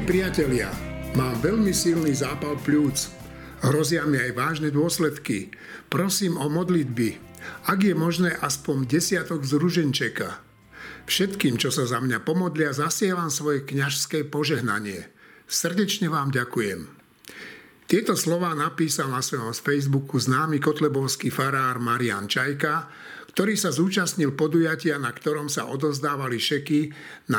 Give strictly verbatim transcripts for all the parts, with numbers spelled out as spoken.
priatelia, mám veľmi silný zápal pľúc. Hrozia mi aj vážne dôsledky. Prosím o modlitby. Ak je možné, aspoň desiatok z ruženčeka. Všetkým, čo sa za mňa pomodlia, zasievam svoje kňažské požehnanie. Srdečne vám ďakujem. Tieto slová napísal na svojom Facebooku známy kotlebovský farár Marián Čajka, ktorý sa zúčastnil podujatia, na ktorom sa odovzdávali šeky na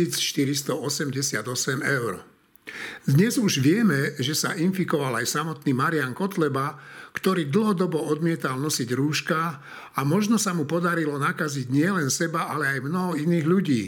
tisícštyristoosemdesiatosem eur. Dnes už vieme, že sa infikoval aj samotný Marián Kotleba, ktorý dlhodobo odmietal nosiť rúška a možno sa mu podarilo nakaziť nielen seba, ale aj mnoho iných ľudí.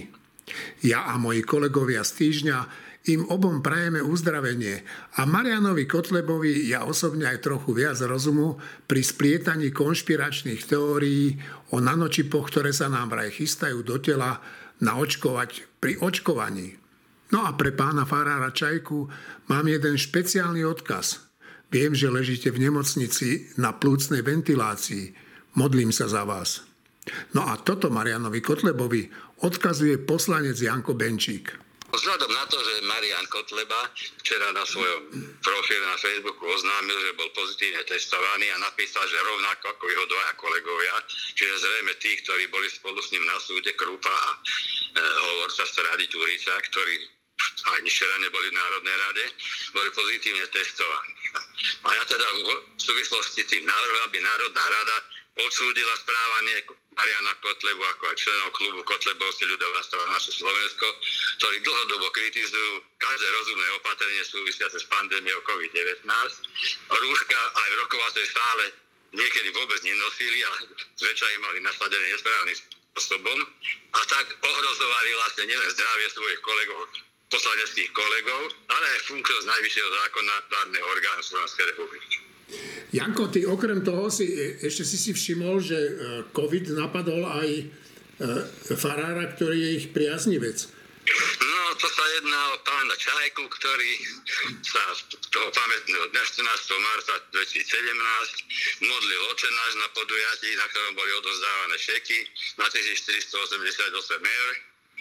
Ja a moji kolegovia z týždňa im obom prajeme uzdravenie a Marianovi Kotlebovi ja osobne aj trochu viac rozumu pri splietaní konšpiračných teórií o nanočipoch, ktoré sa nám vraj chystajú do tela naočkovať pri očkovaní. No a pre pána farára Čajku mám jeden špeciálny odkaz. Viem, že ležíte v nemocnici na plúcnej ventilácii. Modlím sa za vás. No a toto Marianovi Kotlebovi odkazuje poslanec Janko Benčík. Vzhľadom na to, že Marián Kotleba včera na svojom profile na Facebooku oznámil, že bol pozitívne testovaný a napísal, že rovnako ako jeho dvaja kolegovia, čiže zrejme tí, ktorí boli spolu s ním na súde, Krupa a e, hovorca strany Ďurica, ktorí aj včera neboli v Národnej rade, boli pozitívne testovaní. A ja teda v súvislosti s tým návrhom, aby Národná rada odsúdila správanie Mariána Kotlebu ako aj členov klubu Kotlebovské ľudová strana naše Slovensko, ktorí dlhodobo kritizujú každé rozumné opatrenie súvisiace s pandémiou covid devätnásť. Rúška aj v rokovacej sále niekedy vôbec nenosili a zväčša ich mali nasadené nesprávnym spôsobom a tak ohrozovali vlastne nielen zdravie svojich kolegov, poslaneckých kolegov, ale aj funkciu najvyššieho zákonodárneho orgánu Slovenskej republiky. Janko, ty okrem toho si ešte si si všimol, že COVID napadol aj farára, ktorý je ich priaznivec. No, to sa jedná o pána Čajku, ktorý sa toho pamätného dňa štrnásteho marca dvetisícsedemnásť modlil Otčenáš na podujatí, na ktorom boli odovzdávané šeky na tisícštyristoosemdesiatosem eur.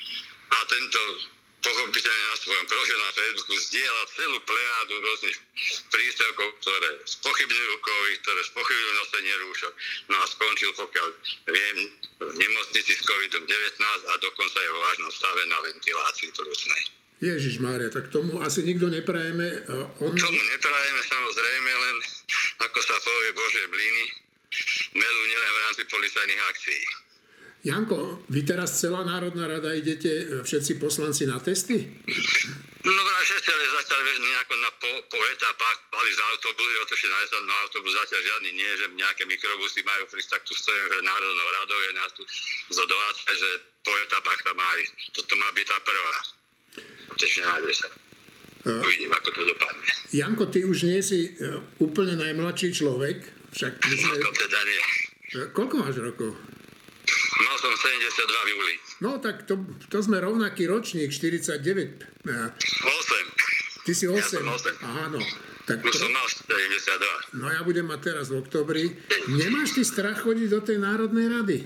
A tento pochopiteľne na svojom profile na Facebooku zdieľa celú plejádu rôznych príspevkov, ktoré spochybňujú COVID, ktoré spochybňujú nosenie rúšok. No a skončil, pokiaľ viem, v nemocnici s kovidom devätnásť a dokonca je vo vážnom stave na ventilácii plúcnej. Ježišmária, tak tomu asi nikto neprajeme. On... Tomu neprajeme samozrejme, len ako sa povie Božie blíny, melú nielen v rámci policajných akcií. Janko, vy teraz celá Národná rada idete všetci poslanci na testy? No vraj všetci, ale zatiaľ vieš, nejako na po, po etapách mali z autobusy, otočili na, na autobus, zatiaľ žiadny nie, že nejaké mikrobusy majú prísť, tak tu stojím pred Národnou radou, je nás tu zodováca, že po etapách tam mali. Toto má byť tá prvá. Tešne nájde sa. Uh, Uvidím, ako to dopadne. Janko, ty už nie si uh, úplne najmladší človek, však my sme... Ako teda nie. Uh, koľko máš rokov? Mal som sedemdesiatdva v júli. No tak to, to sme rovnaký ročník, štyridsaťdeväť. osem. Ty si osem. Ja som osem. Aha, no. Tak už to... som mal sedemdesiatdva. No ja budem mať teraz v októbri. Nemáš ty strach chodiť do tej Národnej rady?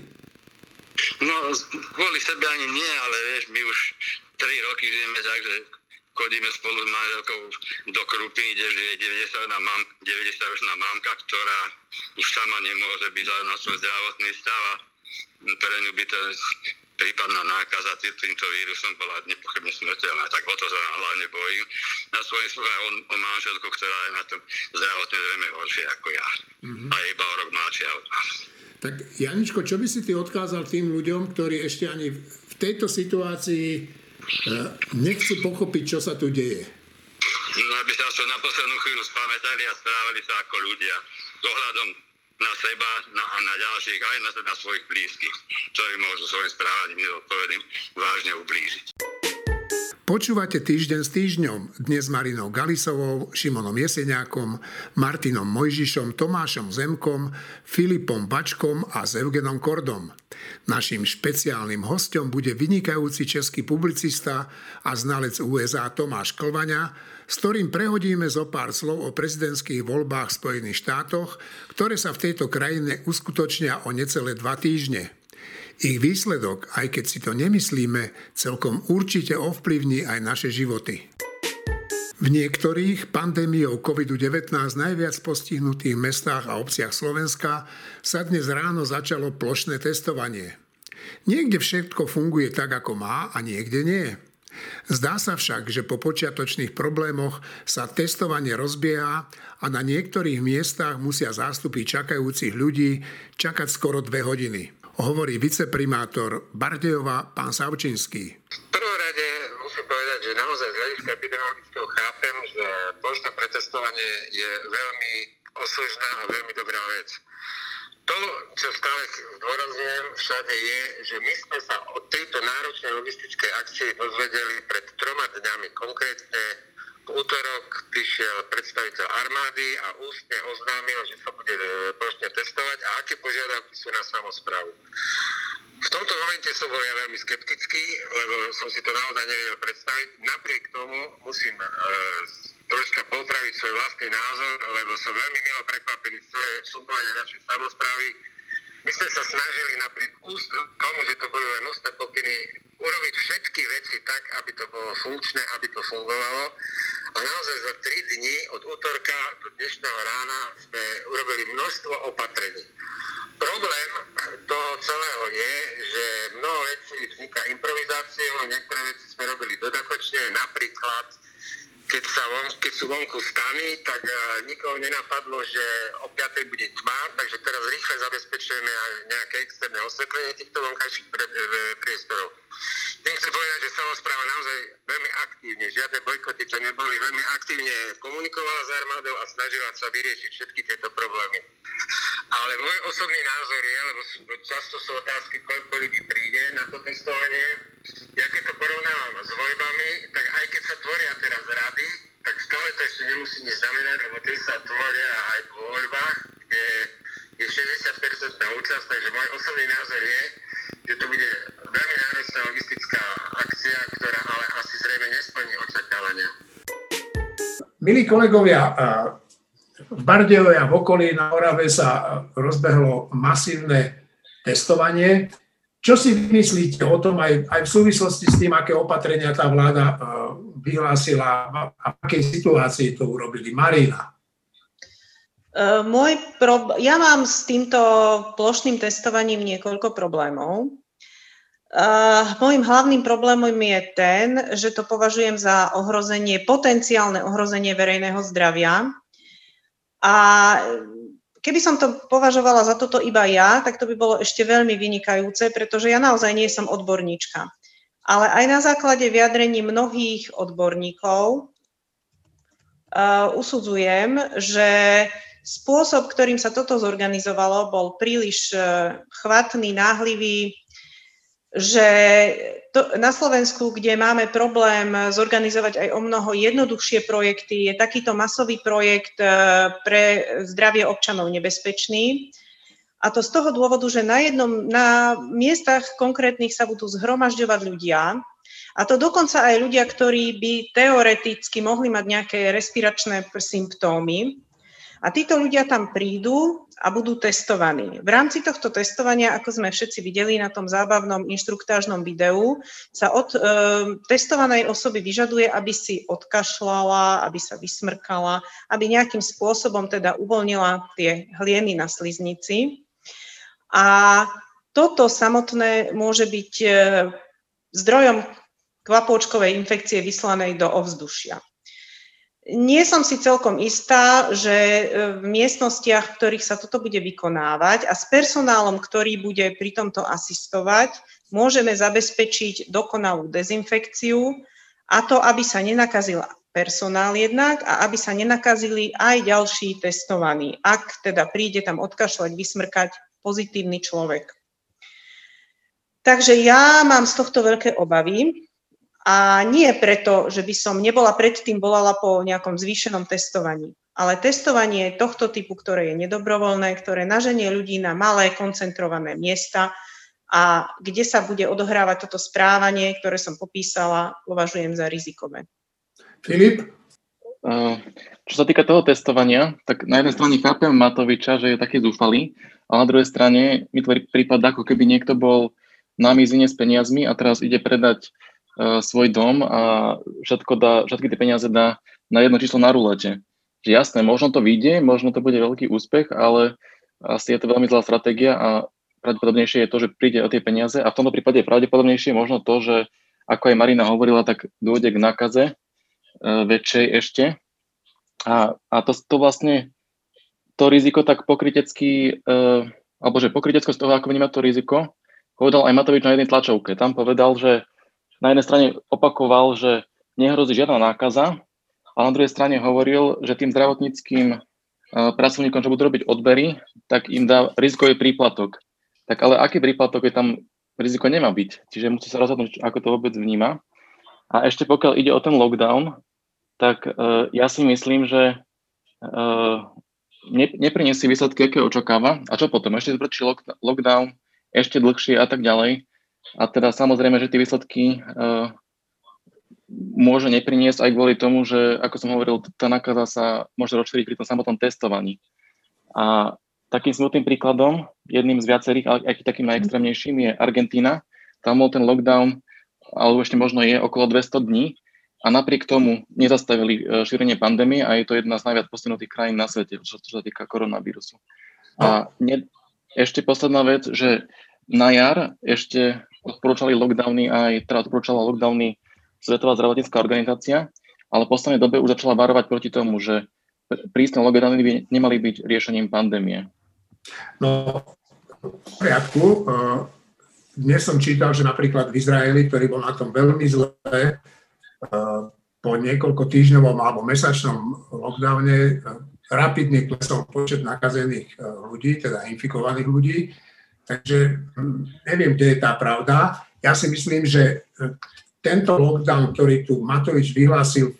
No, kvôli sebe ani nie, ale vieš, my už tri roky žijeme tak, že chodíme spolu s manželkou do Krupy, kde žije deväťdesiatročná mamka, ktorá už sama nemôže byť na svoj zdravotný stav a pre ňu by to prípadná nákaza týmto vírusom bola nepochybne smrteľná. Tak o to sa hlavne bojím. Na svojím sluchám o, o manželku, ktorá je na tom zdravotne zrejme horšie ako ja. Mm-hmm. A iba o rok mladšia od nás. Tak Janičko, čo by si ty odkázal tým ľuďom, ktorí ešte ani v tejto situácii e, nechcú pochopiť, čo sa tu deje? No, aby sa to na poslednú chvíľu spamätali a správali sa ako ľudia. S ohľadom na seba na, a na ďalších, aj na, na svojich blízkych, ktorí môžu svojim správaním nezodpovedným vážne ublížiť. Počúvate Týždeň s týždňom, dnes Marinou Galisovou, Šimonom Jeseniakom, Martinom Mojžišom, Tomášom Zemkom, Filipom Bačkom a s Eugenom Kordom. Naším špeciálnym hosťom bude vynikajúci český publicista a znalec ú es á Tomáš Klvaňa, s ktorým prehodíme zo pár slov o prezidentských voľbách v Spojených štátoch, ktoré sa v tejto krajine uskutočnia o necelé dva týždne. Ich výsledok, aj keď si to nemyslíme, celkom určite ovplyvní aj naše životy. V niektorých pandémiou kovid devätnásť najviac postihnutých mestách a obciach Slovenska sa dnes ráno začalo plošné testovanie. Niekde všetko funguje tak, ako má, a niekde nie. Zdá sa však, že po počiatočných problémoch sa testovanie rozbieha a na niektorých miestach musia zástupy čakajúcich ľudí čakať skoro dve hodiny. Hovorí viceprimátor Bardejova pán Savčinský. V prvom rade musím povedať, že naozaj z hľadiska epidemiologického chápem, že plošné pretestovanie je veľmi osvežná a veľmi dobrá vec. To, čo stále zdôrazňujem všade, je, že my sme sa od tejto náročnej logistickej akcie dozvedeli pred troma dňami. Konkrétne v útorok prišiel predstaviteľ armády a ústne oznámil, že sa bude plošne testovať a aké požiadavky sú na samosprávu. V tomto momente som bol ja veľmi skeptický, lebo som si to naozaj nevedel predstaviť. Napriek tomu musím e, troška popraviť svoj vlastný názor, lebo som veľmi milo prekvapený z celé fungovanie našej samosprávy. My sme sa snažili napriek tomu, že to boli len ústne pokyny, urobiť všetky veci tak, aby to bolo funkčné, aby to fungovalo. A naozaj za tri dni od útorka do dnešného rána sme urobili množstvo opatrení. Problém toho celého je, že mnoho vecí vzniká improvizáciou, niektoré veci sme robili dodatočne, napríklad keď, sa von, keď sú vonku stany, tak uh, nikoho nenapadlo, že o piatej bude tma, takže teraz rýchle zabezpečujeme aj nejaké externé osvetlenie týchto vonkajších pre, pre, priestorov. Tým chcem povedať, že samospráva naozaj veľmi aktívne, žiadne bojkoty to neboli, veľmi aktívne komunikovala s armádou a snažila sa vyriešiť všetky tieto problémy. Ale môj osobný názor je, lebo sú, často sú otázky, koľko ľudí príde na to testovanie. Ja keď to porovnávam s voľbami, tak aj keď sa tvoria teraz rady, tak stále to ešte nemusí nič znamenať, lebo tie sa tvoria aj po voľbách, kde je šesťdesiat percent účasť, takže môj osobný názor je, že to bude veľmi náročná logistická akcia, ktorá ale asi zrejme nesplní očakávania. Milí kolegovia, v Bardejove a v okolí na Orave sa rozbehlo masívne testovanie. Čo si myslíte o tom aj, aj v súvislosti s tým, aké opatrenia tá vláda vyhlásila a v akej situácii to urobili? Marina. Uh, môj pro... Ja mám s týmto plošným testovaním niekoľko problémov. Uh, môjim hlavným problémom je ten, že to považujem za ohrozenie, potenciálne ohrozenie verejného zdravia. A keby som to považovala za toto iba ja, tak to by bolo ešte veľmi vynikajúce, pretože ja naozaj nie som odborníčka. Ale aj na základe vyjadrení mnohých odborníkov uh, usudzujem, že spôsob, ktorým sa toto zorganizovalo, bol príliš chvatný, náhlivý, že to, na Slovensku, kde máme problém zorganizovať aj o mnoho jednoduchšie projekty, je takýto masový projekt pre zdravie občanov nebezpečný. A to z toho dôvodu, že na, jednom, na miestach konkrétnych sa budú zhromažďovať ľudia, a to dokonca aj ľudia, ktorí by teoreticky mohli mať nejaké respiračné symptómy. A títo ľudia tam prídu a budú testovaní. V rámci tohto testovania, ako sme všetci videli na tom zábavnom inštruktážnom videu, sa od e, testovanej osoby vyžaduje, aby si odkašľala, aby sa vysmrkala, aby nejakým spôsobom teda uvoľnila tie hlieny na sliznici. A toto samotné môže byť e, zdrojom kvapôčkovej infekcie vyslanej do ovzdušia. Nie som si celkom istá, že v miestnostiach, v ktorých sa toto bude vykonávať a s personálom, ktorý bude pri tomto asistovať, môžeme zabezpečiť dokonalú dezinfekciu a to, aby sa nenakazil personál jednak a aby sa nenakazili aj ďalší testovaní, ak teda príde tam odkašľať, vysmrkať pozitívny človek. Takže ja mám z tohto veľké obavy. A nie preto, že by som nebola predtým volala po nejakom zvýšenom testovaní, ale testovanie tohto typu, ktoré je nedobrovoľné, ktoré naženie ľudí na malé, koncentrované miesta a kde sa bude odohrávať toto správanie, ktoré som popísala, považujem za rizikové. Filip? Čo sa týka toho testovania, tak na jednej strane chápem Matoviča, že je taký zúfalý, a na druhej strane mi to prípada, ako keby niekto bol na mizine s peniazmi a teraz ide predať svoj dom a všetko dá, všetky tie peniaze dá na jedno číslo na rulete. Že jasné, možno to vyjde, možno to bude veľký úspech, ale asi je to veľmi zlá stratégia a pravdepodobnejšie je to, že príde o tie peniaze a v tomto prípade je pravdepodobnejšie možno to, že ako aj Marina hovorila, tak dôjde k nákaze e, väčšej ešte a, a to, to vlastne to riziko tak pokrytecky, e, alebo že pokrytecko z toho, ako vníma to riziko, povedal aj Matovič na jednej tlačovke. Tam povedal, že na jednej strane opakoval, že nehrozí žiadna nákaza, a na druhej strane hovoril, že tým zdravotníckým e, pracovníkom, čo budú robiť odbery, tak im dá rizikový príplatok. Tak ale aký príplatok je tam, riziko nemá byť. Čiže musí sa rozhodnúť, ako to vôbec vníma. A ešte pokiaľ ide o ten lockdown, tak uh, ja si myslím, že uh, ne, nepriniesie výsledky, aké očakáva. A čo potom? Ešte tvrdší lock, lockdown, ešte dlhšie a tak ďalej. A teda samozrejme, že tie výsledky uh, môže nepriniesť aj kvôli tomu, že, ako som hovoril, tá nákaza sa môže rozšíriť pri tom samotnom testovaní. A takým smutným príkladom, jedným z viacerých, ale aj takým najextrémnejším je Argentína. Tam bol ten lockdown, alebo ešte možno je okolo dvesto dní a napriek tomu nezastavili šírenie pandémie a je to jedna z najviac postihnutých krajín na svete, čo, čo sa týka koronavírusu. A ne, ešte posledná vec, že na jar ešte odporúčali lockdowny, aj teda odporúčala lockdowny Svetová zdravotnícka organizácia, ale v poslednej dobe už začala varovať proti tomu, že prísne lockdowny by nemali byť riešením pandémie. No, v poriadku. Dnes som čítal, že napríklad v Izraeli, ktorý bol na tom veľmi zle, po niekoľko týždňovom alebo mesačnom lockdowne rapidne klesol počet nakazených ľudí, teda infikovaných ľudí. Takže neviem, kde je tá pravda. Ja si myslím, že tento lockdown, ktorý tu Matovič vyhlásil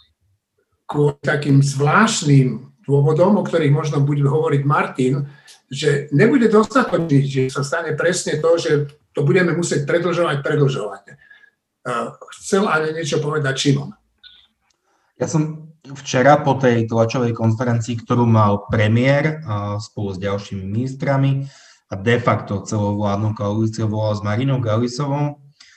kvôli takým zvláštnym dôvodom, o ktorých možno bude hovoriť Martin, že nebude dostatočný, že sa stane presne to, že to budeme musieť predĺžovať, predĺžovať. Chcel ale niečo povedať Šimon. Ja som včera po tej tlačovej konferencii, ktorú mal premiér spolu s ďalšími ministrami a de facto celou vládnou koalíciou volal s Marinou Galisovou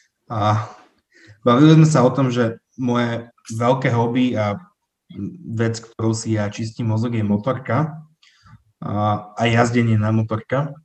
a bavili sme sa o tom, že moje veľké hobby a vec, ktorú si ja čistím mozog, je motorka a, a jazdenie na motorka.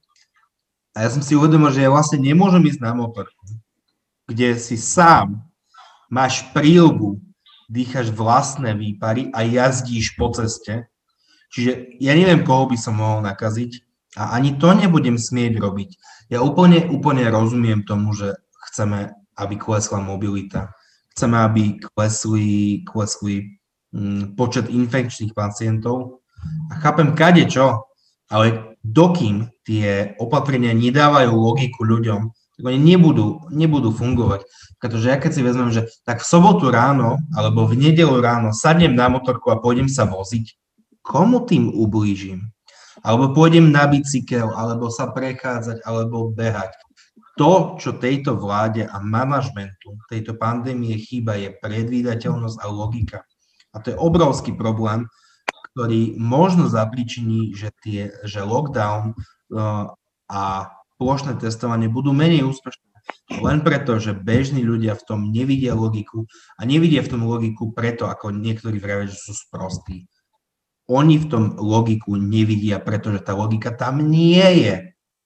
A ja som si uvedomil, že ja vlastne nemôžem ísť na motorku, kde si sám máš príľbu, dýchaš vlastné výpary a jazdíš po ceste. Čiže ja neviem, koho by som mohol nakaziť a ani to nebudem smieť robiť. Ja úplne, úplne rozumiem tomu, že chceme, aby klesla mobilita. Chceme, aby klesli, klesli počet infekčných pacientov a chápem kadečo, ale dokým tie opatrenia nedávajú logiku ľuďom, tak oni nebudú, nebudú fungovať. Pretože ja keď si vezmem, že tak v sobotu ráno alebo v nedeľu ráno sadnem na motorku a pôjdem sa voziť, komu tým ublížim? Alebo pôjdem na bicykel, alebo sa prechádzať, alebo behať. To, čo tejto vláde a manažmentu tejto pandémie chýba, je predvídateľnosť a logika. A to je obrovský problém, ktorý možno zapričiní, že, tie, že lockdown uh, a plošné testovanie budú menej úspešné. Len preto, že bežní ľudia v tom nevidia logiku a nevidia v tom logiku preto, ako niektorí vravia, že sú sprostí. Oni v tom logiku nevidia, pretože tá logika tam nie je.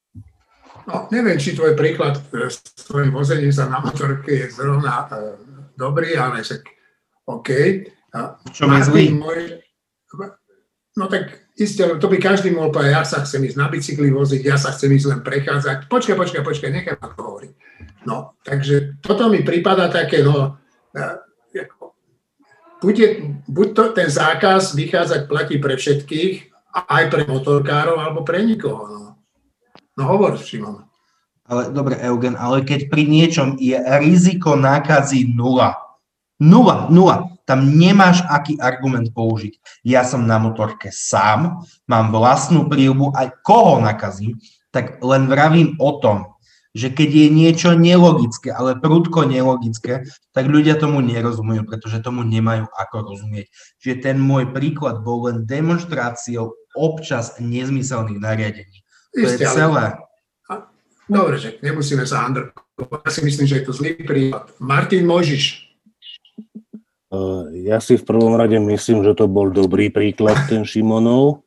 No, neviem, či tvoj príklad s tvojim vozením sa na motorke je zrovna uh, dobrý, ale však OK. Čo je zlý? Môj, no tak isté, to by každý mohol povedať, ja sa chcem ísť na bicykli voziť, ja sa chcem ísť len prechádzať. Počkaj, počkaj, počkaj, nechaj ma to hovoriť. No, takže toto mi prípada také, no, bude, buď to, ten zákaz vychádzať platí pre všetkých, aj pre motorkárov, alebo pre nikoho. No, no hovor, Šimon. Ale dobre, Eugen, ale keď pri niečom je riziko nákazy nula, nula, nula, tam nemáš aký argument použiť. Ja som na motorke sám, mám vlastnú príľbu, aj koho nakazím, tak len vravím o tom, že keď je niečo nelogické, ale prudko nelogické, tak ľudia tomu nerozumujú, pretože tomu nemajú ako rozumieť. Čiže ten môj príklad bol len demonštráciou občas nezmyselných nariadení. To Isté, je celé. Ale... Dobre, že nemusíme sa handrkovať. Ja si myslím, že je to zlý príklad. Martin Mojžiš. Ja si v prvom rade myslím, že to bol dobrý príklad, ten Šimonov.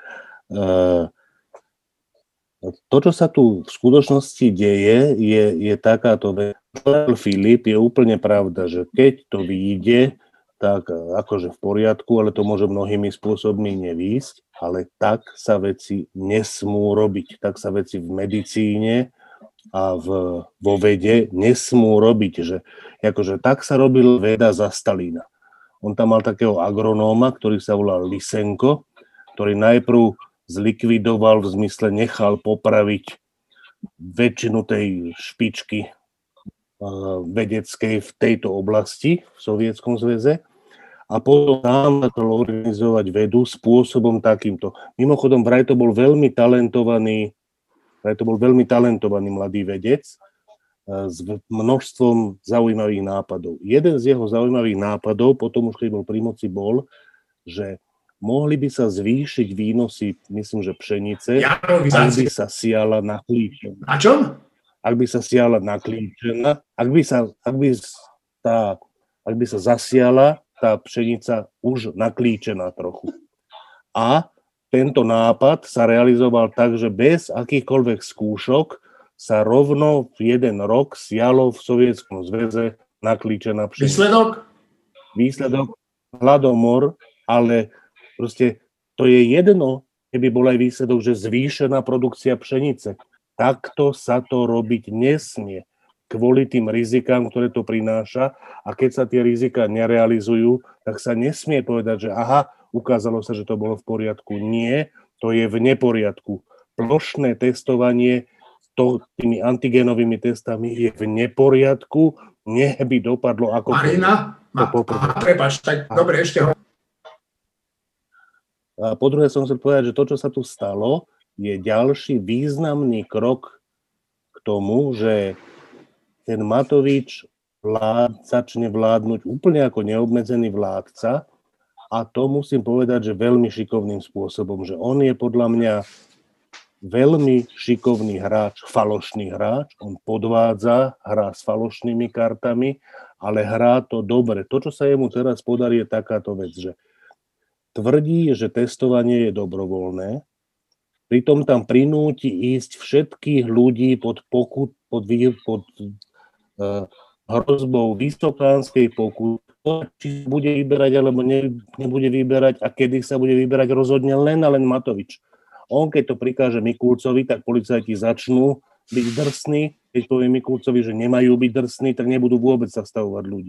To, čo sa tu v skutočnosti deje, je, je takáto vec. Filip, je úplne pravda, že keď to vyjde, tak akože v poriadku, ale to môže mnohými spôsobmi nevýsť, ale tak sa veci nesmú robiť. Tak sa veci v medicíne a v, vo vede nesmú robiť. Že, akože tak sa robil veda za Stalina. On tam mal takého agronóma, ktorý sa volal Lysenko, ktorý najprv zlikvidoval, v zmysle nechal popraviť väčšinu tej špičky vedeckej v tejto oblasti v Sovietskom zväze a potom nám začal organizovať vedu spôsobom takýmto. Mimochodom, vraj to bol veľmi talentovaný, vraj to bol veľmi talentovaný mladý vedec s množstvom zaujímavých nápadov. Jeden z jeho zaujímavých nápadov, potom už keď bol pri moci, bol, že mohli by sa zvýšiť výnosy, myslím, že pšenice, ak by sa siala na klíčená. Na čom? Ak by sa siala na klíčená, ak by sa, ak by tá, ak by sa zasiala tá pšenica už naklíčená trochu. A tento nápad sa realizoval tak, že bez akýchkoľvek skúšok sa rovno v jeden rok sialo v Sovietskom zväze naklíčená pšenica. Výsledok? Výsledok hladomor, ale proste to je jedno, keby bol aj výsledok, že zvýšená produkcia pšenice. Takto sa to robiť nesmie. Kvôli tým rizikám, ktoré to prináša. A keď sa tie rizika nerealizujú, tak sa nesmie povedať, že aha, ukázalo sa, že to bolo v poriadku. Nie, to je v neporiadku. Plošné testovanie to, tými antigénovými testami je v neporiadku. Nech by dopadlo ako... Marina? Ma, aha, prepáč, tak dobre, ešte ho... A po druhé som chcel povedať, že to, čo sa tu stalo, je ďalší významný krok k tomu, že ten Matovič vlád, začne vládnuť úplne ako neobmedzený vládca a to musím povedať, že veľmi šikovným spôsobom, že on je podľa mňa veľmi šikovný hráč, falošný hráč, on podvádza, hrá s falošnými kartami, ale hrá to dobre. To, čo sa jemu teraz podarí, je takáto vec, že tvrdí, že testovanie je dobrovoľné, pritom tam prinúti ísť všetkých ľudí pod, pokut, pod, pod uh, hrozbou vysokánskej pokuty, či bude vyberať alebo ne, nebude vyberať a kedy sa bude vyberať, rozhodne len a len Matovič. On, keď to prikáže Mikulcovi, tak policajti začnú byť drsní, keď povie Mikulcovi, že nemajú byť drsní, tak nebudú vôbec zastavovať ľudí.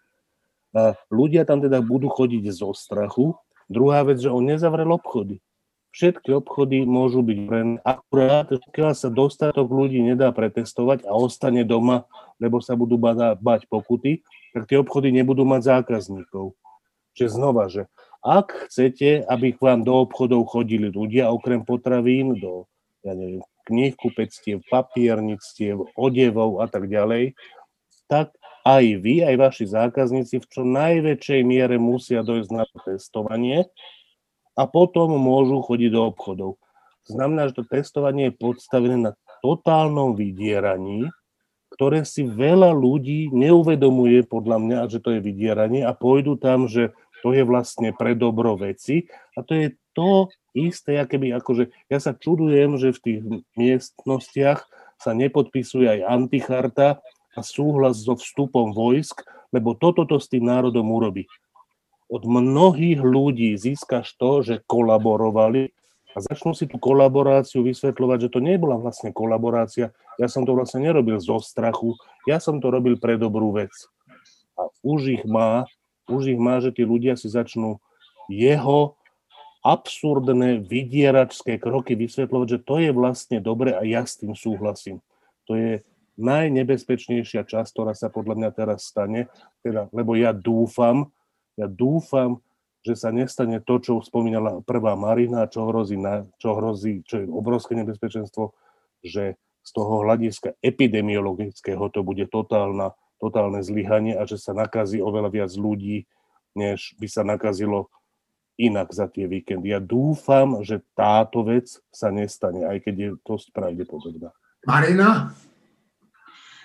A ľudia tam teda budú chodiť zo strachu. Druhá vec, že on nezavrel obchody. Všetky obchody môžu byť vrené. Akurát, keď sa dostatok ľudí nedá pretestovať a ostane doma, lebo sa budú bať pokuty, tak tie obchody nebudú mať zákazníkov. Čiže znova, že ak chcete, aby k vám do obchodov chodili ľudia, okrem potravín, do, ja neviem, kníh, kupectiev, papiernictiev, odevov a tak ďalej, tak aj vy, aj vaši zákazníci v čo najväčšej miere musia dojsť na testovanie a potom môžu chodiť do obchodov. Znamená, že to testovanie je podstavené na totálnom vydieraní, ktoré si veľa ľudí neuvedomuje podľa mňa, že to je vydieranie a pôjdu tam, že to je vlastne pre dobro veci a to je to isté, akoby, akože ja sa čudujem, že v tých miestnostiach sa nepodpisuje aj anticharta a súhlas so vstupom vojsk, lebo toto to s tým národom urobí. Od mnohých ľudí získaš to, že kolaborovali a začnú si tú kolaboráciu vysvetľovať, že to nebola vlastne kolaborácia, ja som to vlastne nerobil zo strachu, ja som to robil pre dobrú vec. A už ich má, už ich má, že tí ľudia si začnú jeho absurdné vydieračské kroky vysvetľovať, že to je vlastne dobre a ja s tým súhlasím. To je najnebezpečnejšia časť, ktorá sa podľa mňa teraz stane, teda, lebo ja dúfam, ja dúfam, že sa nestane to, čo spomínala prvá Marina, čo hrozí, na, čo hrozí, čo je obrovské nebezpečenstvo, že z toho hľadiska epidemiologického to bude totálna, totálne zlyhanie a že sa nakazí oveľa viac ľudí, než by sa nakazilo inak za tie víkendy. Ja dúfam, že táto vec sa nestane, aj keď je dosť pravdepodobná. Marina?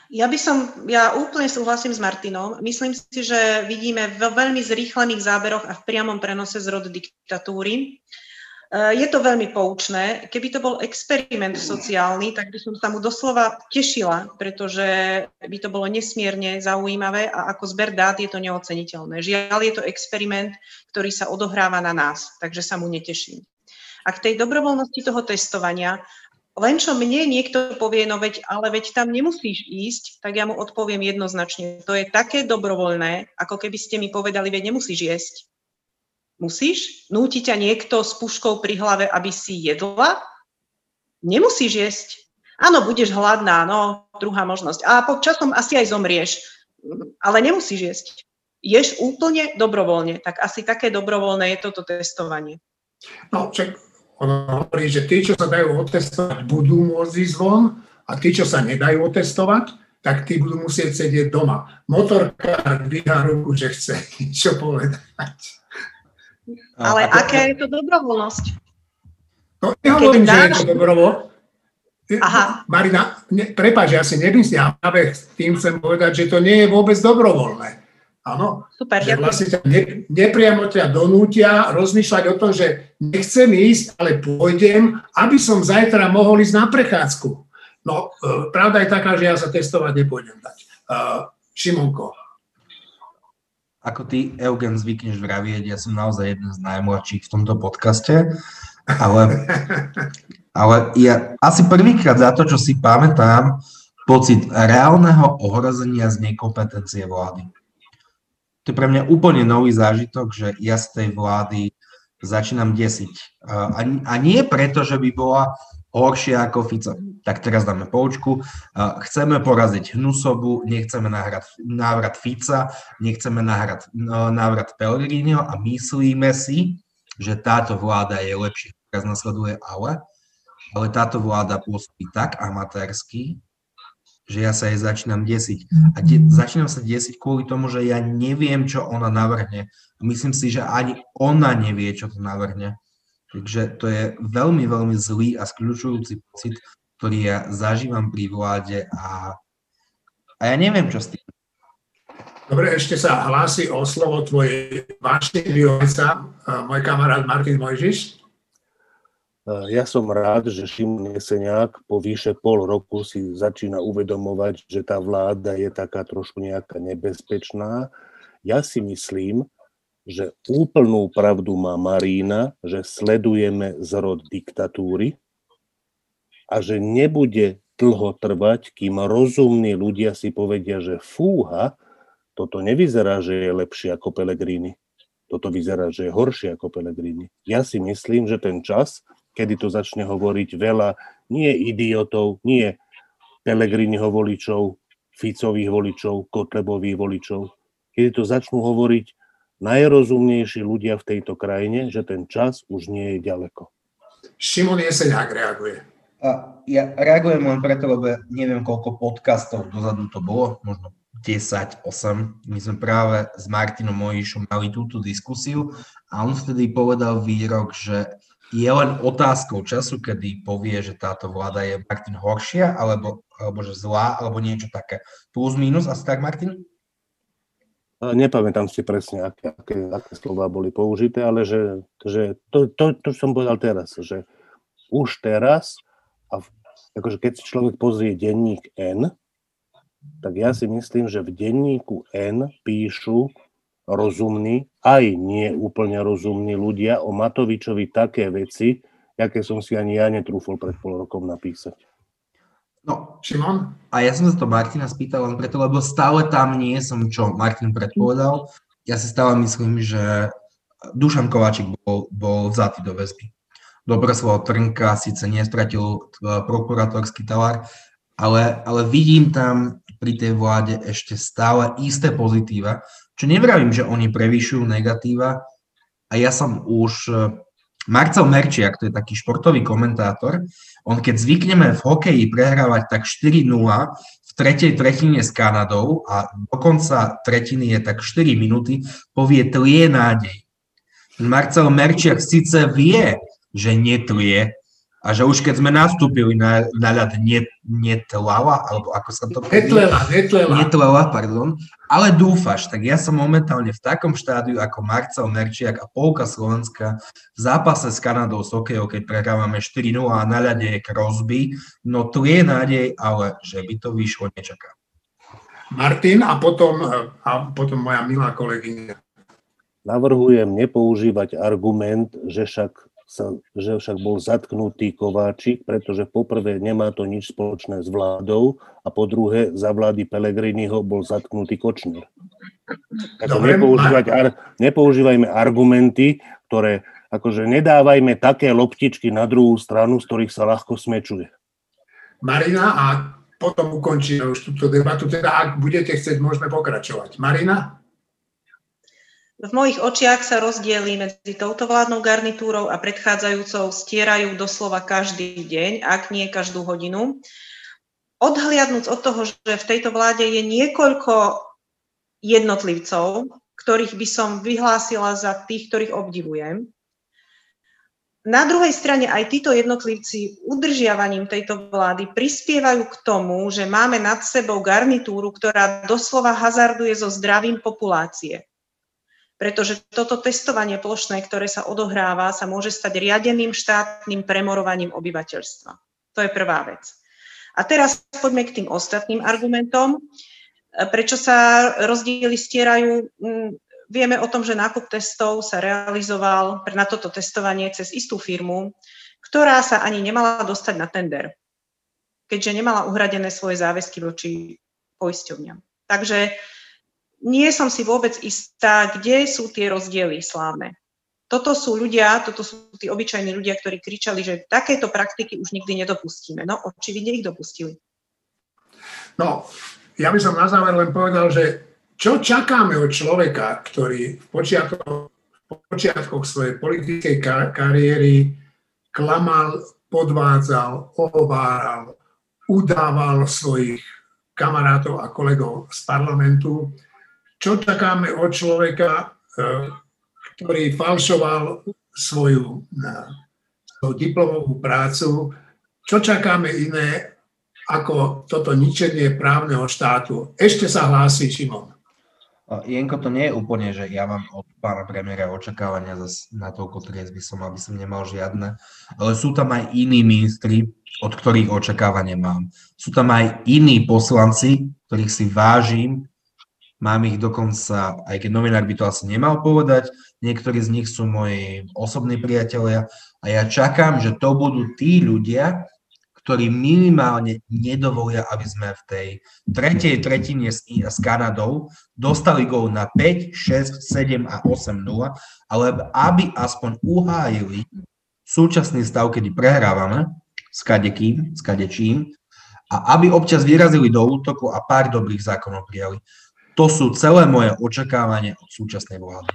Ja by som, ja úplne súhlasím s Martinom. Myslím si, že vidíme vo veľmi zrýchlených záberoch a v priamom prenose zrod diktatúry. Je to veľmi poučné. Keby to bol experiment sociálny, tak by som sa mu doslova tešila, pretože by to bolo nesmierne zaujímavé a ako zber dát je to neoceniteľné. Žiaľ, je to experiment, ktorý sa odohráva na nás, takže sa mu neteším. A k tej dobrovoľnosti toho testovania, len čo mne niekto povie, no veď, ale veď tam nemusíš ísť, tak ja mu odpoviem jednoznačne. To je také dobrovoľné, ako keby ste mi povedali, veď nemusíš jesť. Musíš? Núti ťa niekto s puškou pri hlave, aby si jedla? Nemusíš jesť. Áno, budeš hladná, no, druhá možnosť. A pod časom asi aj zomrieš, ale nemusíš jesť. Ješ úplne dobrovoľne, tak asi také dobrovoľné je toto testovanie. No, čak, ono hovorí, že tí, čo sa dajú otestovať, budú môcť ísť von a tí, čo sa nedajú otestovať, tak tí budú musieť sedieť doma. Motorkár dvíha ruku, že chce niečo povedať. Ale a aká je to dobrovoľnosť? No, nehovorím, že je to dobrovoľ. Aha. Marina, ne, prepáč, ja si nemyslím, ja práve tým chcem povedať, že to nie je vôbec dobrovoľné. Áno, super, že vlastne ťa ne, nepriamo ťa donútia rozmýšľať o tom, že nechcem ísť, ale pôjdem, aby som zajtra mohol ísť na prechádzku. No, e, pravda je taká, že ja sa testovať nepôjdem dať. E, Šimonko. Ako ty, Eugen, zvykneš vravieť, ja som naozaj jeden z najmladších v tomto podcaste, ale, ale ja asi prvýkrát za to, čo si pamätám, pocit reálneho ohrozenia z nekompetencie vlády. To je pre mňa úplne nový zážitok, že ja z tej vlády začínam desiť. A, a nie preto, že by bola horšia ako Fico. Tak teraz dáme poučku. Chceme poraziť Hnusovu, nechceme návrat, návrat Fica, nechceme návrat, návrat Pellegriniho a myslíme si, že táto vláda je lepšia. Teraz nasleduje ale, ale táto vláda pôsobí tak amatérsky, že ja sa jej začínam desiť. A de- začínam sa desiť kvôli tomu, že ja neviem, čo ona navrhne. Myslím si, že ani ona nevie, čo to navrhne. Takže to je veľmi, veľmi zlý a skľučujúci pocit, ktorý ja zažívam pri vláde a, a ja neviem, čo s tým. Dobre, ešte sa hlási o slovo tvoj vášnivý otca, môj kamarát Martin Mojžiš. Ja som rád, že Šimon Jeseniak po vyše pol roku si začína uvedomovať, že tá vláda je taká trošku nejaká nebezpečná. Ja si myslím, že úplnú pravdu má Marína, že sledujeme zrod diktatúry a že nebude dlho trvať, kým rozumní ľudia si povedia, že fúha, toto nevyzerá, že je lepšie ako Pellegrini. Toto vyzerá, že je horšie ako Pellegrini. Ja si myslím, že ten čas, kedy to začne hovoriť veľa, nie idiotov, nie Pellegriniho voličov, Ficových voličov, Kotlebových voličov, kedy to začnú hovoriť najrozumnejší ľudia v tejto krajine, že ten čas už nie je ďaleko. Šimon Jeseniak reaguje. A ja reagujem len preto, lebo neviem, koľko podcastov dozadu to bolo, možno desať, osem. My sme práve s Martinom Mojžišom mali túto diskusiu a on vtedy povedal výrok, že je len otázkou času, kedy povie, že táto vláda je, Martin, horšia, alebo, alebo že zlá, alebo niečo také. Plus, minus, asi tak, Martin? Nepamätám si presne, aké, aké, aké slova boli použité, ale že, že to, to, to som povedal teraz, že už teraz, a v, akože keď si človek pozrie denník N, tak ja si myslím, že v denníku N píšu rozumní, aj nie úplne rozumní ľudia o Matovičovi také veci, aké som si ani ja netrúfol pred pol rokom napísať. No, Šimon? A ja som sa to Martina spýtal len preto, lebo stále tam nie som, čo Martin predpovedal. Ja si stále myslím, že Dušan Kováčik bol, bol vzatý do väzby. Dobroslav Trnka síce nestratil prokurátorský talár, ale, ale vidím tam pri tej vláde ešte stále isté pozitíva, čo nevravím, že oni prevýšujú negatíva. A ja som už... Marcel Merčiak, to je taký športový komentátor, on keď zvykneme v hokeji prehrávať tak štyri nula v tretej tretine s Kanadou a do konca tretiny je tak štyri minúty, povie tlie nádej. Marcel Merčiak síce vie, že netlie a že už keď sme nastúpili na, na ľad net, netlala, alebo ako sa to povie? Netlela, netlela. Netlela, pardon. Ale dúfaš, tak ja som momentálne v takom štádiu ako Marcel Merčiak a polka Slovenska v zápase s Kanadou s hokejou, keď prehrávame štyri nula a na ľade je Crosby, no tu je nádej, ale že by to vyšlo, nečakám. Martin a potom, a potom moja milá kolegyňa. Navrhujem nepoužívať argument, že však Sa, že však bol zatknutý Kováčik, pretože poprvé nemá to nič spoločné s vládou a po druhé za vlády Pellegriniho bol zatknutý Kočner. Ako nepoužívať, ar, nepoužívajme argumenty, ktoré akože nedávajme také loptičky na druhú stranu, z ktorých sa ľahko smečuje. Marina, a potom ukončíme už túto debatu. Teda ak budete chcieť, môžeme pokračovať. Marina? V mojich očiach sa rozdiely medzi touto vládnou garnitúrou a predchádzajúcou stierajú doslova každý deň, ak nie každú hodinu. Odhliadnúc od toho, že v tejto vláde je niekoľko jednotlivcov, ktorých by som vyhlásila za tých, ktorých obdivujem. Na druhej strane aj títo jednotlivci udržiavaním tejto vlády prispievajú k tomu, že máme nad sebou garnitúru, ktorá doslova hazarduje so zdravím populácie. Pretože toto testovanie plošné, ktoré sa odohráva, sa môže stať riadeným štátnym premorovaním obyvateľstva. To je prvá vec. A teraz poďme k tým ostatným argumentom. Prečo sa rozdiely stierajú? Vieme o tom, že nákup testov sa realizoval na toto testovanie cez istú firmu, ktorá sa ani nemala dostať na tender, keďže nemala uhradené svoje záväzky voči poisťovňam. Takže nie som si vôbec istá, kde sú tie rozdiely slávne. Toto sú ľudia, toto sú tí obyčajní ľudia, ktorí kričali, že takéto praktiky už nikdy nedopustíme. No, očividne ich dopustili. No, ja by som na záver len povedal, že čo čakáme od človeka, ktorý v počiatkoch, v počiatkoch svojej politickej kar- kariéry klamal, podvádzal, ohováral, udával svojich kamarátov a kolegov z parlamentu. Čo čakáme od človeka, ktorý falšoval svoju, svoju diplomovú prácu? Čo čakáme iné ako toto ničenie právneho štátu? Ešte sa hlási Šimon. Jenko, to nie je úplne, že ja mám od pána premiéra očakávania zase na toľko triezť by som, aby som nemal žiadne, ale sú tam aj iní ministri, od ktorých očakávania mám. Sú tam aj iní poslanci, ktorých si vážim. Mám ich dokonca, aj keď novinár by to asi nemal povedať, niektorí z nich sú moji osobní priatelia a ja čakám, že to budú tí ľudia, ktorí minimálne nedovolia, aby sme v tej tretej tretine s, s Kanadou dostali gól na päť, šesť, sedem a osem nula, ale aby aspoň uhájili súčasný stav, kedy prehrávame s kadekým, s kadečím a aby občas vyrazili do útoku a pár dobrých zákonov prijali. To sú celé moje očakávanie od súčasnej vlády.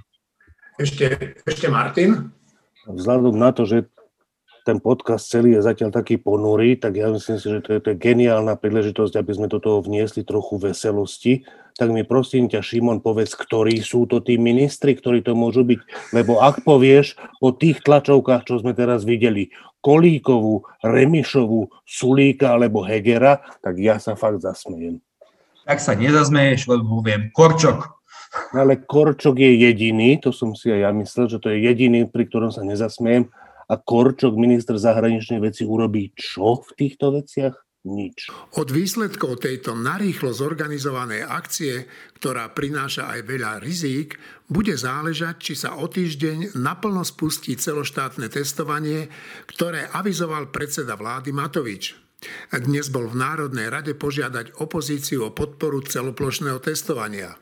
Ešte, ešte Martin? Vzhľadom na to, že ten podcast celý je zatiaľ taký ponurý, tak ja myslím si, že to je, to je geniálna príležitosť, aby sme do toho vniesli trochu veselosti. Tak mi prosím ťa, Šimon, povedz, ktorí sú to tí ministri, ktorí to môžu byť. Lebo ak povieš po tých tlačovkách, čo sme teraz videli, Kolíkovú, Remišovú, Sulíka alebo Hegera, tak ja sa fakt zasmejem. Tak sa nezazmeješ, lebo poviem Korčok. Ale Korčok je jediný, to som si aj ja myslel, že to je jediný, pri ktorom sa nezasmejem. A Korčok, minister zahraničnej veci, urobí čo v týchto veciach? Nič. Od výsledkov tejto narýchlo zorganizovanej akcie, ktorá prináša aj veľa rizík, bude záležať, či sa o týždeň naplno spustí celoštátne testovanie, ktoré avizoval predseda vlády Matovič. Dnes bol v Národnej rade požiadať opozíciu o podporu celoplošného testovania.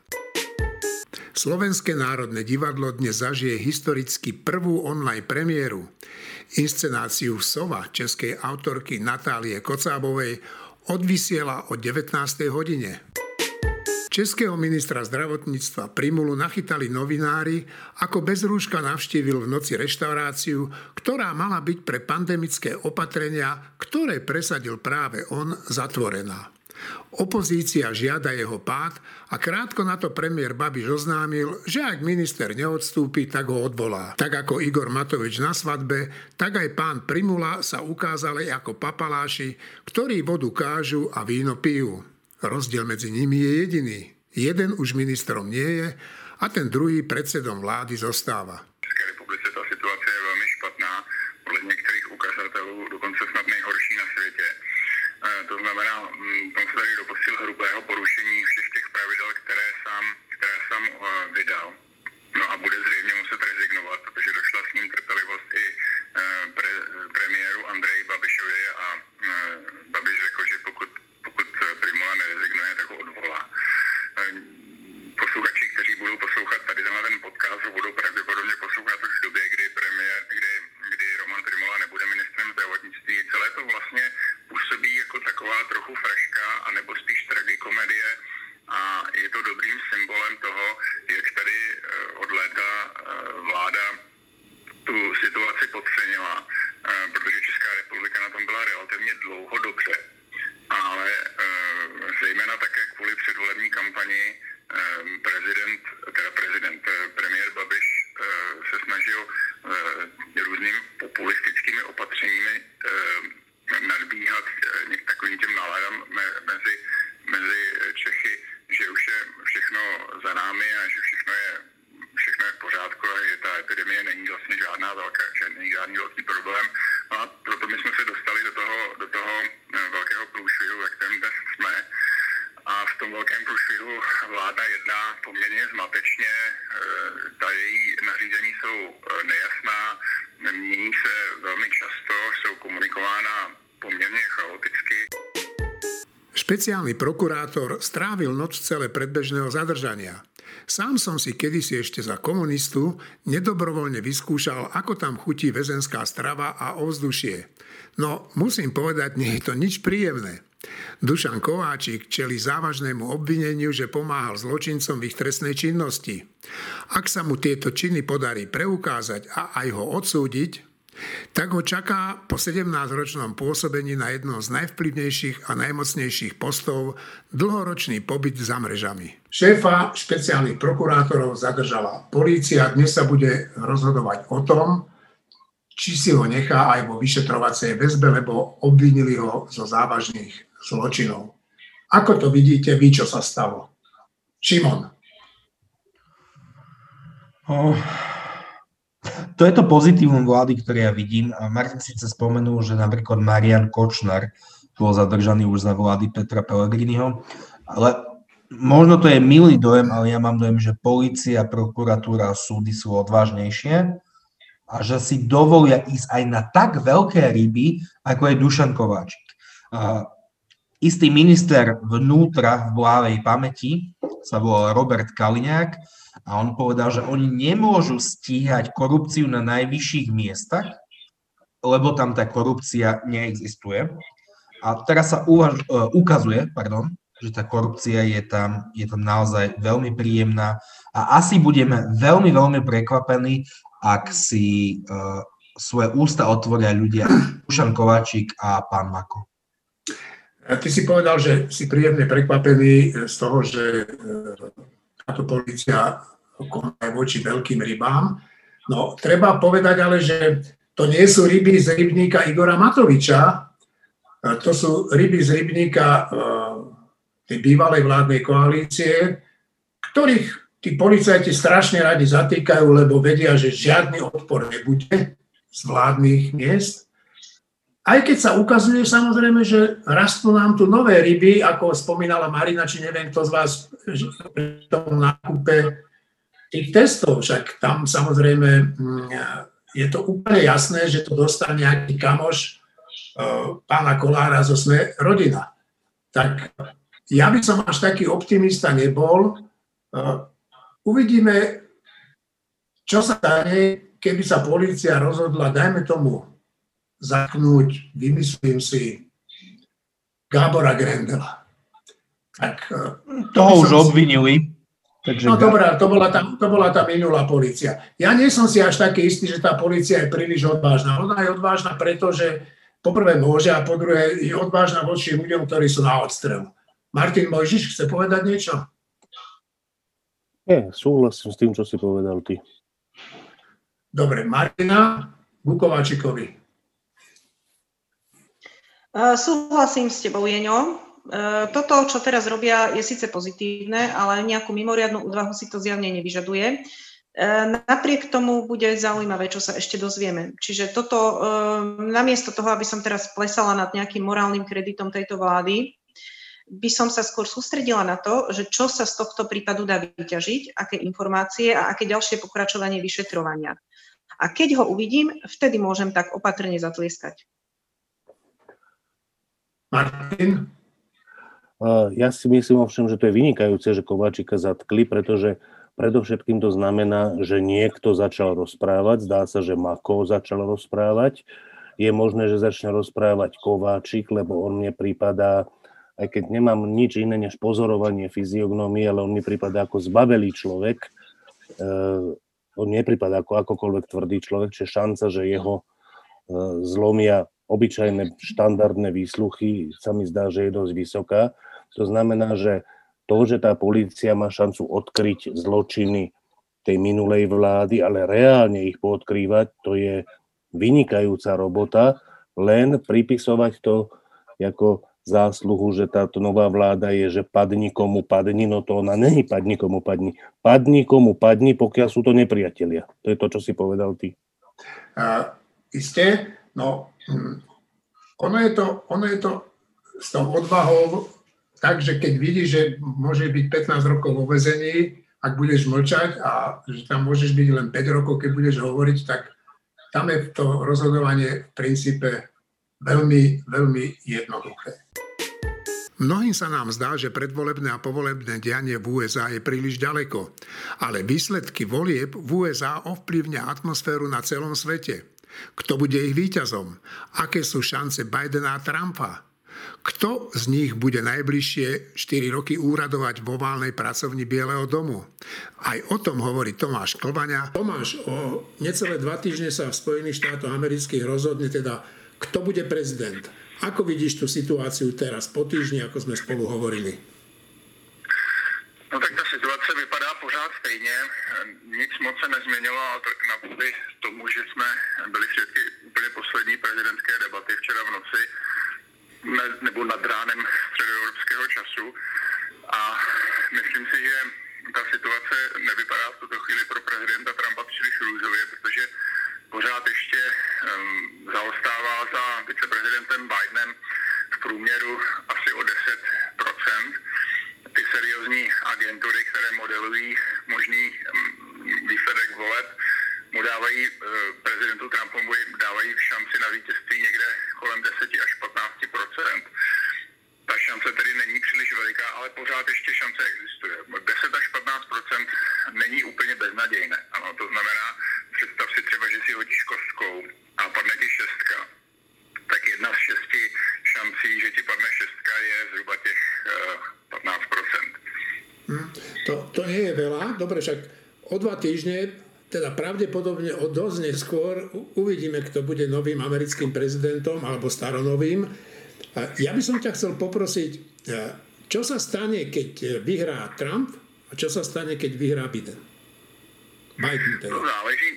Slovenské národné divadlo dnes zažije historicky prvú online premiéru. Inscenáciu Sova českej autorky Natálie Kocábovej odvysiela o devätnástej hodine. Českého ministra zdravotníctva Primulu nachytali novinári, ako bez rúška navštívil v noci reštauráciu, ktorá mala byť pre pandemické opatrenia, ktoré presadil práve on, zatvorená. Opozícia žiada jeho pád a krátko na to premiér Babiš oznámil, že ak minister neodstúpi, tak ho odvolá. Tak ako Igor Matovič na svadbe, tak aj pán Primula sa ukázali ako papaláši, ktorí vodu kážu a víno pijú. Rozdiel medzi nimi je jediný. Jeden už ministrom nie je a ten druhý predsedom vlády zostáva. V České republice ta situace je velmi špatná, podle některých ukazatelů dokonce snad nejhorší na světě. To znamená, on se tady dopustil hrubého porušení všech těch pravidel, které sám, které sám vydal. No a bude zřejmě muset rezignovat, protože došla s ním trpělivost i pre, premiéru Andreji Babišovi a Babiš řekl, že pokud, pokud Primula nerezignuje, tak ho odvolá. Posluchači, kteří budou poslouchat tady tenhle ten podcast, budou pravděpodobně poslouchat už v době, kdy premiér, kdy, kdy Roman Prymula nebude ministrem zdravotnictví. Celé to vlastně působí jako taková trochu fraška, anebo spíš tragikomedie a je to dobrým symbolem toho, jak tady od léta vláda tu situaci podcenila, protože Česká republika na tom byla relativně dlouho dobře, ale zejména také kvůli předvolební kampani prezident, teda prezident, premiér Babiš se snažil různými populistickými opatřeními nadbíhat takovým těm náladám mezi, mezi Čechy, že už je všechno za námi a že všechno je, všechno je v pořádku a že ta epidemie není vlastně žádná velká, že není žádný velký problém. No a proto my jsme se dostali do toho, do toho velkého průšvihu, ve kterém dnes jsme. A v tom velkém průšvihu vláda jedná poměrně zmatečně, ta její nařízení jsou nejasná, mění se velmi často, jsou komunikována poměrně chaoticky. Špeciálny prokurátor strávil noc v cele predbežného zadržania. Sám som si kedysi ešte za komunistu nedobrovoľne vyskúšal, ako tam chutí väzenská strava a ovzdušie. No, musím povedať, nie je to nič príjemné. Dušan Kováčik čelí závažnému obvineniu, že pomáhal zločincom v ich trestnej činnosti. Ak sa mu tieto činy podarí preukázať a aj ho odsúdiť, tak ho čaká po sedemnásťročnom pôsobení na jednom z najvplyvnejších a najmocnejších postov dlhoročný pobyt za mrežami. Šéfa špeciálnych prokurátorov zadržala polícia. Dnes sa bude rozhodovať o tom, či si ho nechá aj vo vyšetrovacej väzbe, lebo obvinili ho zo závažných zločinov. Ako to vidíte vy, čo sa stalo? Šimon. Oh. To je to pozitívum vlády, ktoré ja vidím. Martin síce spomenul, že napríklad Marian Kočner bol zadržaný už za vlády Petra Pellegriniho, ale možno to je milý dojem, ale ja mám dojem, že polícia, prokuratúra a súdy sú odvážnejšie a že si dovolia ísť aj na tak veľké ryby, ako je Dušan Kováčik. A istý minister vnútra v blavej pamäti sa volal Robert Kaliňák a on povedal, že oni nemôžu stíhať korupciu na najvyšších miestach, lebo tam tá korupcia neexistuje. A teraz sa uvaž- ukazuje, pardon, že tá korupcia je tam, je tam naozaj veľmi príjemná a asi budeme veľmi, veľmi prekvapení, ak si uh, svoje ústa otvoria ľudia Dušan Kováčik a pán Mako. Ty si povedal, že si príjemne prekvapený z toho, že táto polícia koná voči veľkým rybám. No, treba povedať ale, že to nie sú ryby z rybníka Igora Matoviča, to sú ryby z rybníka tej bývalej vládnej koalície, ktorých tí policajti strašne radi zatýkajú, lebo vedia, že žiadny odpor nebude z vládnych miest. Aj keď sa ukazuje samozrejme, že rastú nám tu nové ryby, ako spomínala Marina, či neviem kto z vás pri tom nákupe tých testov. Však tam samozrejme je to úplne jasné, že to dostane nejaký kamoš pána Kollára zo Sme rodina. Tak ja by som až taký optimista nebol. Uvidíme, čo sa stane, keby sa polícia rozhodla, dajme tomu, zatknúť, vymyslím si, Gábora Grendela. Tak, toho už si... obvinili. Takže no dobrá, to bola, tá, to bola tá minulá polícia. Ja nie som si až taký istý, že tá polícia je príliš odvážna. Ona je odvážna, pretože po prvé môže a po druhé je odvážna voči ľuďom, ktorí sú na odstrel. Martin Mojžiš chce povedať niečo? Nie, súhlasím s tým, čo si povedal ty. Dobre, Martina ku Kováčikovi. Uh, súhlasím s tebou, Jeňo. Uh, toto, čo teraz robia, je síce pozitívne, ale nejakú mimoriadnu úvahu si to zjavne nevyžaduje. Uh, napriek tomu bude zaujímavé, čo sa ešte dozvieme. Čiže toto, uh, namiesto toho, aby som teraz plesala nad nejakým morálnym kreditom tejto vlády, by som sa skôr sústredila na to, že čo sa z tohto prípadu dá vyťažiť, aké informácie a aké ďalšie pokračovanie vyšetrovania. A keď ho uvidím, vtedy môžem tak opatrne zatlieskať. Martin? Ja si myslím ovšem, že to je vynikajúce, že Kováčika zatkli, pretože predovšetkým to znamená, že niekto začal rozprávať. Zdá sa, že Mako začal rozprávať. Je možné, že začne rozprávať Kováčik, lebo on mne prípadá, aj keď nemám nič iné než pozorovanie fyziognomie, ale on mi prípada ako zbavelý človek. On nepripadá ako akokoľvek tvrdý človek, čiže šanca, že jeho zlomia obyčajné štandardné výsluchy, sa mi zdá, že je dosť vysoká. To znamená, že to, že tá polícia má šancu odkryť zločiny tej minulej vlády, ale reálne ich poodkrývať, to je vynikajúca robota, len pripisovať to ako zásluhu, že táto nová vláda je, že padni komu padni, no to ona není padni komu padni. Padni komu padni, pokiaľ sú to nepriatelia. To je to, čo si povedal ty. Uh, isté, no hm, ono, je to, ono je to s tou odvahou tak, že keď vidíš, že môže byť pätnásť rokov vo väzení, ak budeš mlčať a že tam môžeš byť len päť rokov, keď budeš hovoriť, tak tam je to rozhodovanie v princípe veľmi, veľmi jednoduché. Mnohým sa nám zdá, že predvolebné a povolebné dianie v ú es á je príliš ďaleko, ale výsledky volieb v ú es á ovplyvnia atmosféru na celom svete. Kto bude ich víťazom? Aké sú šance Bidena a Trumpa? Kto z nich bude najbližšie štyri roky úradovať vo oválnej pracovni Bieleho domu? Aj o tom hovorí Tomáš Klbaňa. Tomáš, o necelé dva týždne sa v Spojených štátoch amerických rozhodne teda, kto bude prezident. Ako vidíš tú situáciu teraz, po týždni, ako sme spolu hovorili? No tak ta situace vypadá pořád stejně, nic moc se nezměnilo, ale navzdory tomu, že jsme byli svědky úplně poslední prezidentské debaty včera v noci, ne, nebo nad ránem středoevropského času, a myslím si, že ta situace nevypadá v tuto chvíli pro prezidenta Trumpa příliš růžově, protože pořád ještě um, zaostává za viceprezidentem Bidenem v průměru asi o deset procent. Ty seriózní agentury, které modelují možný um, výsledek voleb, mu dávají uh, prezidentu Trumpovi dávají šanci na vítězství někde kolem deset až patnáct procent. Ta šance tedy není příliš veliká, ale pořád ještě šance existuje. deset až patnáct procent není úplně beznadějné. Ano, to znamená, představ si třeba, že si hodíš kostkou a padne ti šestka. Tak jedna z šesti šancí, že ti padne šestka, je zhruba těch uh, patnáct procent. Hmm, to, to nie je veľa. Dobre, však o dva týždne, teda pravdepodobne o dosť neskôr, uvidíme, kto bude novým americkým prezidentom alebo staronovým. Ja by som ťa chcel poprosiť, čo sa stane, keď vyhrá Trump a čo sa stane, keď vyhrá Biden? Biden teda. To záleží,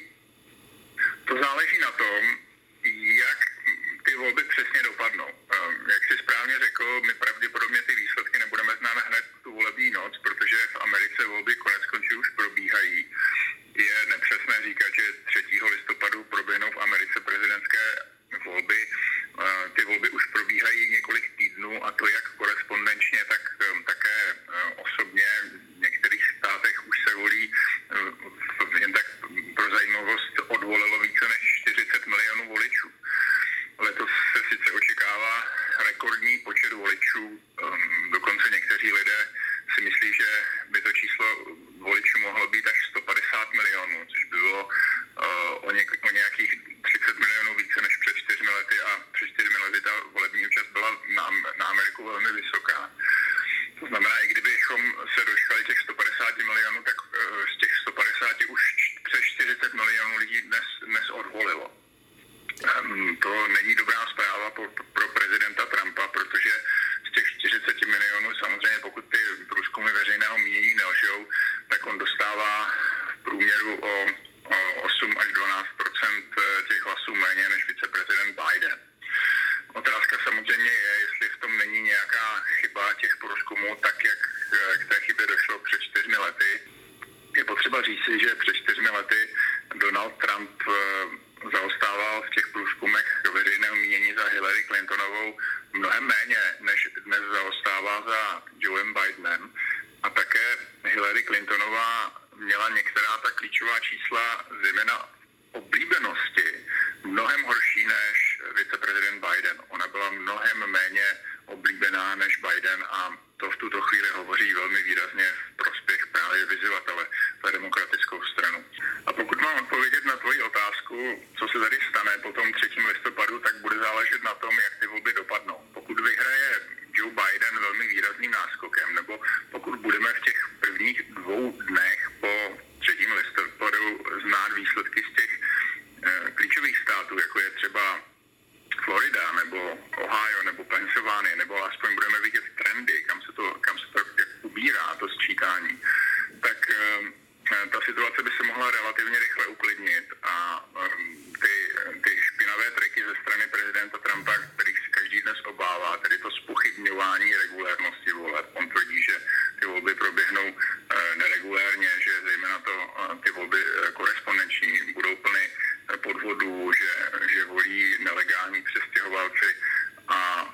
to záleží na tom, jak ty volby přesně dopadnou. Jak si správně řekl, my pravděpodobně ty výsledky nebudeme znát hned tu volební noc, protože v Americe volby konec konců už probíhají. Je nepřesné říkat, že třetího listopadu proběhnou v Americe prezidentské volby. Ty volby už probíhají několik týdnů, a to jak korespondenčně, tak také osobně. V některých státech už se volí, jen tak pro zajímavost, odvolilo více než čtyřicet milionů voličů. Letos se sice očekává rekordní počet voličů, dokonce někteří lidé si myslí, že by to číslo voličů mohlo být až sto padesát milionů, což bylo o, něk- o nějakých třicet milionů více než před čtyřmi lety, a před čtyřmi lety ta volební účast byla na, na Ameriku velmi vysoká. To znamená, i kdybychom se dočkali těch sto padesát milionů, tak z těch sto padesát už přes čtyřicet milionů lidí dnes, dnes odvolilo. To není dobrá zpráva pro prezidenta Trumpa, protože z těch čtyřicet milionů samozřejmě tomu, tak jak k té chybě došlo před čtyřmi lety. Je potřeba říci, že před čtyřmi lety Donald Trump zaostával v těch průzkumech veřejného mínění za Hillary Clintonovou mnohem méně, než dnes zaostává za Joeem Bidenem. A také Hillary Clintonová měla některá ta klíčová čísla, zejména oblíbenosti, mnohem horší než viceprezident Biden. Ona byla mnohem méně oblíbená než Biden a to v tuto chvíli hovoří velmi výrazně v prospěch právě vyzývatele za demokratickou stranu. A pokud mám odpovědět na tvoji otázku, co se tady stane po tom třetím listopadu, tak bude záležet na tom, jak ty volby dopadnou. Pokud vyhraje Joe Biden velmi výrazným náskokem, nebo pokud budeme v těch prvních dvou dnech po třetím listopadu znát výsledky z těch eh, klíčových států, jako je třeba Florida, nebo Ohio, nebo Pennsylvánie, nebo aspoň budeme vidět trendy, kam se to, kam se to ubírá, to sčítání, tak um, ta situace by se mohla relativně rychle uklidnit a um, ty, ty špinavé triky ze strany prezidenta Trumpa, kterých si každý dnes obává, tedy to zpochybňování regulérnosti voleb. On tvrdí, že ty volby proběhnou uh, neregulérně, že zejména to, uh, ty volby uh, korespondenční budou plny podvodů, že, že volí nelegální přestěhovalci a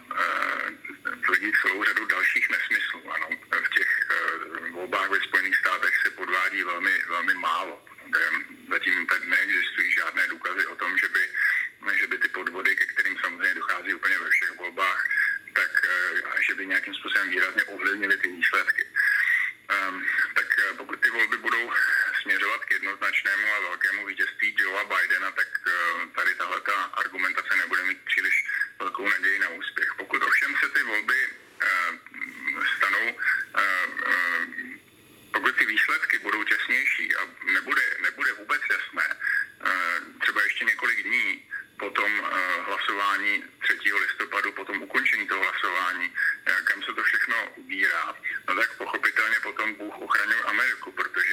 e, tvrdí celou řadu dalších nesmyslů. Ano, v těch e, volbách ve Spojených státech se podvádí velmi, velmi málo. Zatím tady neexistují žádné důkazy o tom, že by, že by ty podvody, ke kterým samozřejmě dochází úplně ve všech volbách, tak e, že by nějakým způsobem výrazně ovlivnily ty výsledky. Um, tak pokud ty volby budou směřovat k jednoznačnému a velkému vítězství Joea Bidena, tak uh, tady tahle ta argumentace nebude mít příliš velkou naději na úspěch. Pokud ovšem se ty volby uh, stanou, uh, uh, pokud ty výsledky budou těsnější a nebude, nebude vůbec jasné, uh, třeba ještě několik dní po tom uh, hlasování třetího listopadu, po tom ukončení toho hlasování, kam se to všechno ubírá, no tak pochopitelně potom Bůh ochraňuje Ameriku, protože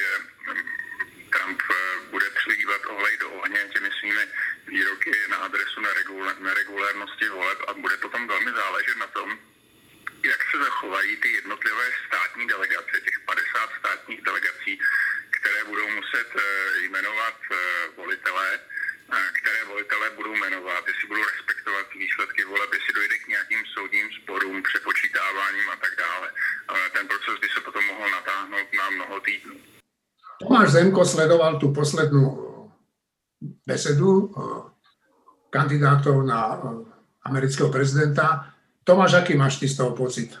Trump bude přilívat olej do ohně těmi svými výroky na adresu neregulérnosti voleb a bude potom velmi záležet na tom, jak se zachovají ty jednotlivé státní delegace, těch padesát státních delegací, které budou muset jmenovat volitelé, které volitelé budou jmenovat, jestli budou respektovat výsledky voleb, jestli dojde k nějakým soudním sporům, přepočítáváním a tak dále. Ale ten proces by se potom mohl natáhnout na mnoho týdnů. Tomáš Zemko sledoval tú poslednú besedu kandidátov na amerického prezidenta. Tomáš, aký máš ty z toho pocit?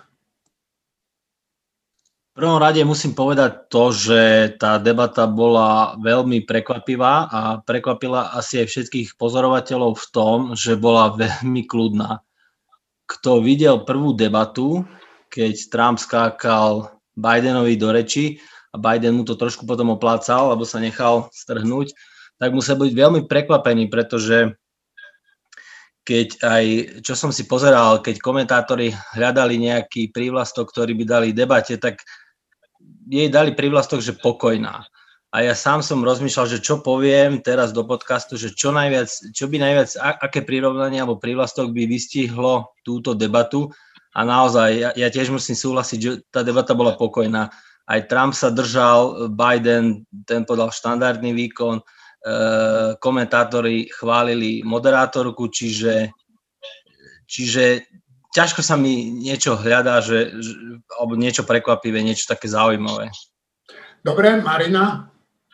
V prvom rade musím povedať to, že tá debata bola veľmi prekvapivá a prekvapila asi aj všetkých pozorovateľov v tom, že bola veľmi kľudná. Kto videl prvú debatu, keď Trump skákal Bidenovi do reči a Biden mu to trošku potom oplácal, alebo sa nechal strhnúť, tak musel byť veľmi prekvapený, pretože keď aj, čo som si pozeral, keď komentátori hľadali nejaký prívlastok, ktorý by dali debate, tak jej dali prívlastok, že pokojná. A ja sám som rozmýšľal, že čo poviem teraz do podcastu, že čo najviac, čo by najviac, aké prirovnanie alebo prívlastok by vystihlo túto debatu. A naozaj, ja, ja tiež musím súhlasiť, že tá debata bola pokojná. Aj Trump sa držal, Biden, ten podal štandardný výkon, e, komentátori chválili moderátorku, čiže, čiže ťažko sa mi niečo hľadá, že, že, alebo niečo prekvapivé, niečo také zaujímavé. Dobre, Marina?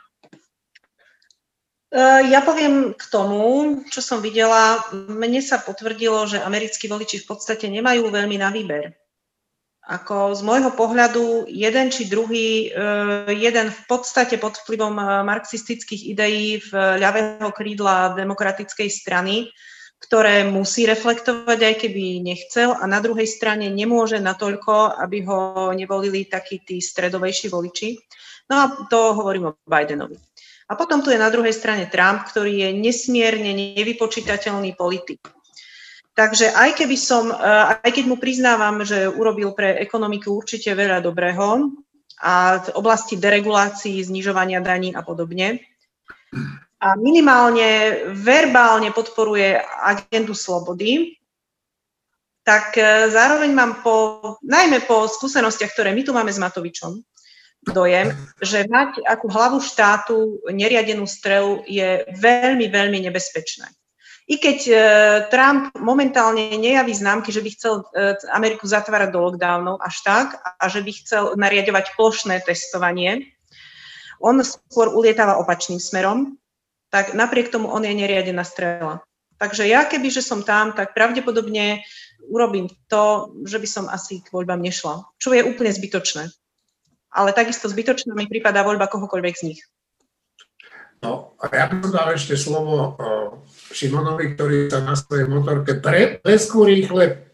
Ja poviem k tomu, čo som videla. Mne sa potvrdilo, že americkí voliči v podstate nemajú veľmi na výber. Ako z môjho pohľadu jeden či druhý, jeden v podstate pod vplyvom marxistických ideí v ľavého krídla demokratickej strany, ktoré musí reflektovať, aj keby nechcel, a na druhej strane nemôže natoľko, aby ho nevolili takí tí stredovejší voliči. No a to hovorím o Bidenovi. A potom tu je na druhej strane Trump, ktorý je nesmierne nevypočítateľný politik. Takže aj keby som, aj keď mu priznávam, že urobil pre ekonomiku určite veľa dobrého a v oblasti deregulácií, znižovania daní a podobne, a minimálne verbálne podporuje agendu slobody, tak zároveň mám po, najmä po skúsenostiach, ktoré my tu máme s Matovičom, dojem, že mať ako hlavu štátu neriadenú strelu je veľmi, veľmi nebezpečné. I keď Trump momentálne nejaví známky, že by chcel Ameriku zatvárať do lockdownov až tak a že by chcel nariadovať plošné testovanie, on skôr ulietáva opačným smerom, tak napriek tomu on je neriadená strela. Takže ja, keby že som tam, tak pravdepodobne urobím to, že by som asi k voľbám nešla, čo je úplne zbytočné. Ale takisto zbytočná mi prípada voľba kohokoľvek z nich. No, a ja by som dal ešte slovo o Šimonovi, ktorý sa na svojej motorke pre, presku rýchle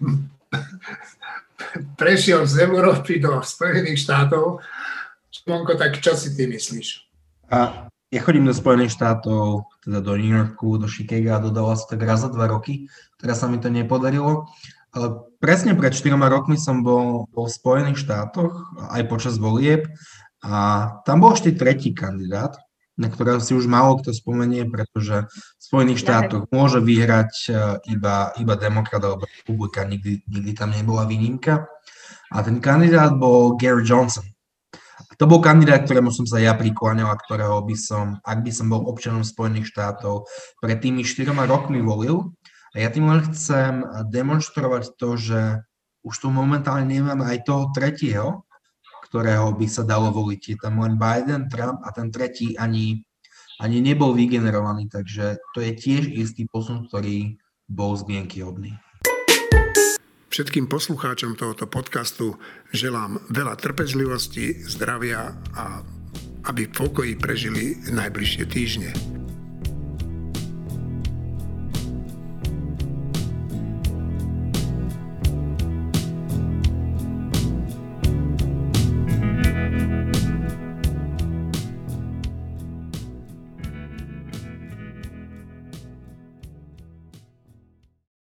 prešiel z Európy do Spojených štátov. Šimonko, tak čo si ty myslíš? A ja chodím do Spojených štátov, teda do New Yorku, do Chicaga a do Dallasu tak raz za dva roky. Teraz sa mi to nepodarilo. Ale presne pred štyroma rokmi som bol, bol v Spojených štátoch aj počas volieb a tam bol ešte tretí kandidát, na ktorého si už málo kto spomenie, pretože v Spojených štátoch môže vyhrať iba, iba demokrat alebo republika, nikdy, nikdy tam nebola výnimka. A ten kandidát bol Gary Johnson. A to bol kandidát, ktorému som sa ja prikláňal a ktorého by som, ak by som bol občanom Spojených štátov, pred tými štyroma rokmi volil. A ja tým len chcem demonštrovať to, že už tu momentálne nemáme aj toho tretieho, ktorého by sa dalo voliť. Je tam len Biden, Trump a ten tretí ani, ani nebol vygenerovaný, takže to je tiež istý posun, ktorý bol zmienkyhodný. Všetkým poslucháčom tohoto podcastu želám veľa trpezlivosti, zdravia a aby v pokoji prežili najbližšie týždne.